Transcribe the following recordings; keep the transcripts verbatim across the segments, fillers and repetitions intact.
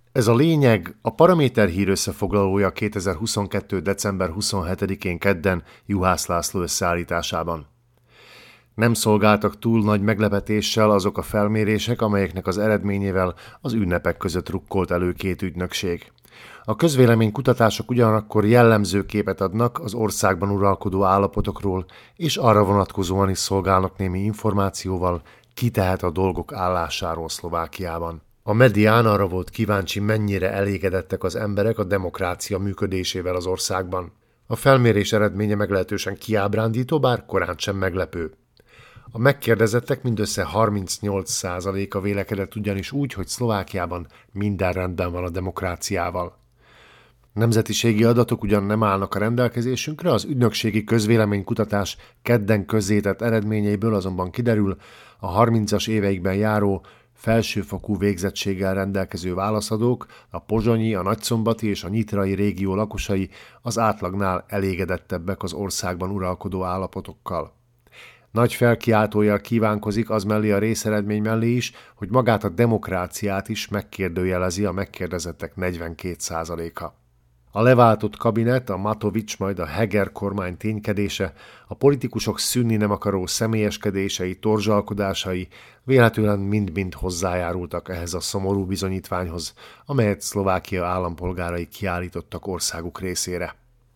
Ez a lényeg a Paraméter hír összefoglalója kétezer-huszonkettő. december huszonhetedikén kedden Juhász László összeállításában. Nem szolgáltak túl nagy meglepetéssel azok a felmérések, amelyeknek az eredményével az ünnepek között rukkolt elő két ügynökség. A közvéleménykutatások ugyanakkor jellemző képet adnak az országban uralkodó állapotokról, és arra vonatkozóan is szolgálnak némi információval, ki tehet a dolgok állásáról Szlovákiában. A medián arra volt kíváncsi, mennyire elégedettek az emberek a demokrácia működésével az országban. A felmérés eredménye meglehetősen kiábrándító, bár korán sem meglepő. A megkérdezettek mindössze harmincnyolc százaléka vélekedett ugyanis úgy, hogy Szlovákiában minden rendben van a demokráciával. Nemzetiségi adatok ugyan nem állnak a rendelkezésünkre, az ügynökségi közvéleménykutatás kedden közzétett eredményeiből azonban kiderül, a harmincas éveikben járó felsőfokú végzettséggel rendelkező válaszadók, a pozsonyi, a nagyszombati és a nyitrai régió lakosai az átlagnál elégedettebbek az országban uralkodó állapotokkal. Nagy felkiáltójal kívánkozik az mellé a részeredmény mellé is, hogy magát a demokráciát is megkérdőjelezi a megkérdezettek negyvenkét százaléka. A leváltott kabinet, a Matovics majd a Heger kormány ténykedése, a politikusok szűnni nem akaró személyeskedései, torzsalkodásai véletlenül mind-mind hozzájárultak ehhez a szomorú bizonyítványhoz, amelyet Szlovákia állampolgárai kiállítottak országuk részére.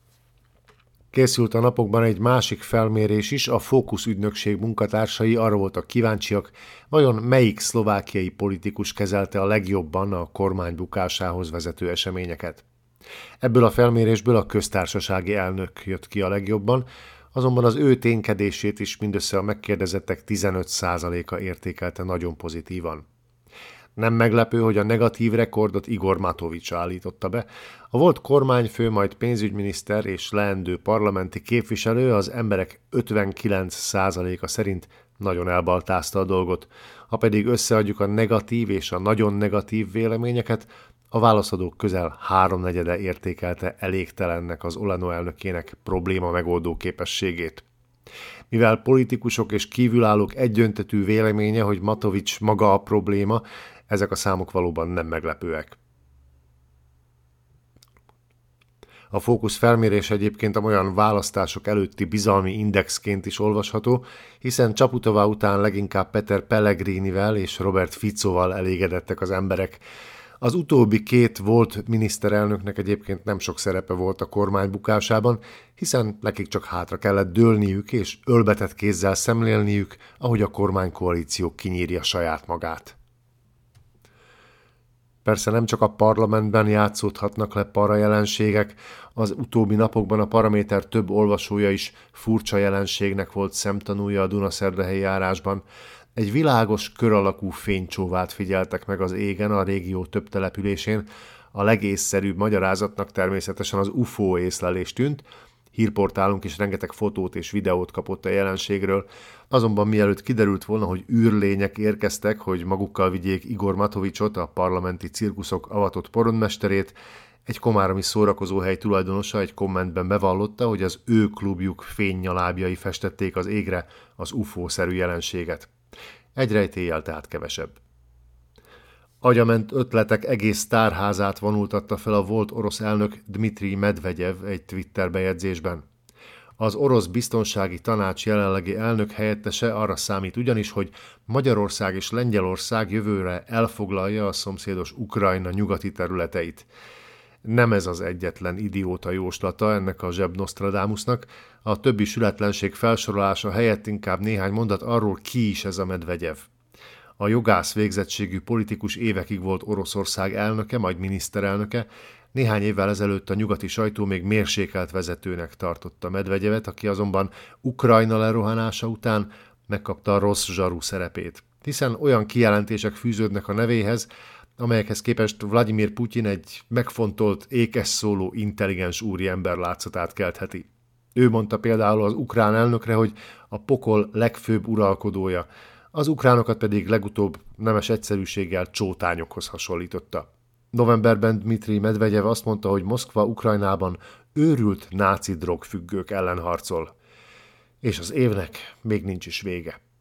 Készült a napokban egy másik felmérés is, a Fókusz ügynökség munkatársai arra voltak kíváncsiak, vajon melyik szlovákiai politikus kezelte a legjobban a kormány bukásához vezető eseményeket. Ebből a felmérésből a köztársasági elnök jött ki a legjobban, azonban az ő ténykedését is mindössze a megkérdezettek tizenöt százaléka értékelte nagyon pozitívan. Nem meglepő, hogy a negatív rekordot Igor Matovics állította be. A volt kormányfő, majd pénzügyminiszter és leendő parlamenti képviselő az emberek ötvenkilenc százaléka szerint nagyon elbaltázta a dolgot. Ha pedig összeadjuk a negatív és a nagyon negatív véleményeket, a válaszadók közel háromnegyede értékelte elégtelennek az Olano elnökének probléma megoldó képességét. Mivel politikusok és kívülállók egyöntetű véleménye, hogy Matovics maga a probléma, ezek a számok valóban nem meglepőek. A Fókusz felmérés egyébként olyan választások előtti bizalmi indexként is olvasható, hiszen Csaputová után leginkább Peter Pellegrinivel és Robert Ficóval elégedettek az emberek. Az utóbbi két volt miniszterelnöknek egyébként nem sok szerepe volt a kormány bukásában, hiszen nekik csak hátra kellett dőlniük és ölbetett kézzel szemlélniük, ahogy a kormánykoalíció kinyírja saját magát. Persze nem csak a parlamentben játszódhatnak le para jelenségek, az utóbbi napokban a Paraméter több olvasója is furcsa jelenségnek volt szemtanúja a Dunaszerdahelyi járásban. Egy világos, kör alakú fénycsóvát figyeltek meg az égen a régió több településén. A legészszerűbb magyarázatnak természetesen az u f o észlelés tűnt, hírportálunk is rengeteg fotót és videót kapott a jelenségről, azonban mielőtt kiderült volna, hogy űrlények érkeztek, hogy magukkal vigyék Igor Matovicsot, a parlamenti cirkuszok avatott porondmesterét, egy komáromi szórakozóhely tulajdonosa egy kommentben bevallotta, hogy az ő klubjuk fénynyalábjai festették az égre az u f o-szerű jelenséget. Egy rejtéllyel tehát kevesebb. Agyament ötletek egész tárházát vonultatta fel a volt orosz elnök Dmitri Medvegyev egy Twitter bejegyzésben. Az orosz biztonsági tanács jelenlegi elnök helyettese arra számít ugyanis, hogy Magyarország és Lengyelország jövőre elfoglalja a szomszédos Ukrajna nyugati területeit. Nem ez az egyetlen idióta jóslata ennek a zsebnosztradamusnak, a többi sületlenség felsorolása helyett inkább néhány mondat arról, ki is ez a Medvegyev. A jogász végzettségű politikus évekig volt Oroszország elnöke, majd miniszterelnöke, néhány évvel ezelőtt a nyugati sajtó még mérsékelt vezetőnek tartotta Medvegyevet, aki azonban Ukrajna lerohanása után megkapta a rossz zsarú szerepét, hiszen olyan kijelentések fűződnek a nevéhez, amelyekhez képest Vladimir Putyin egy megfontolt, ékes szóló, intelligens úriember látszatát keltheti. Ő mondta például az ukrán elnökre, hogy a pokol legfőbb uralkodója, az ukránokat pedig legutóbb nemes egyszerűséggel csótányokhoz hasonlította. Novemberben Dmitri Medvegyev azt mondta, hogy Moszkva Ukrajnában őrült náci drogfüggők ellen harcol. És az évnek még nincs is vége.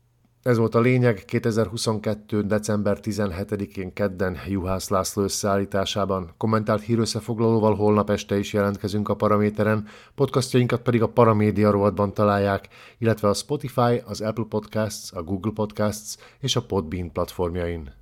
Ez volt a lényeg kétezer-huszonkettő. december tizenhetedikén kedden Juhász László összeállításában. Kommentált hírösszefoglalóval holnap este is jelentkezünk a Paraméteren, podcastjainkat pedig a Paramédia rovatban találják, illetve a Spotify, az Apple Podcasts, a Google Podcasts és a Podbean platformjain.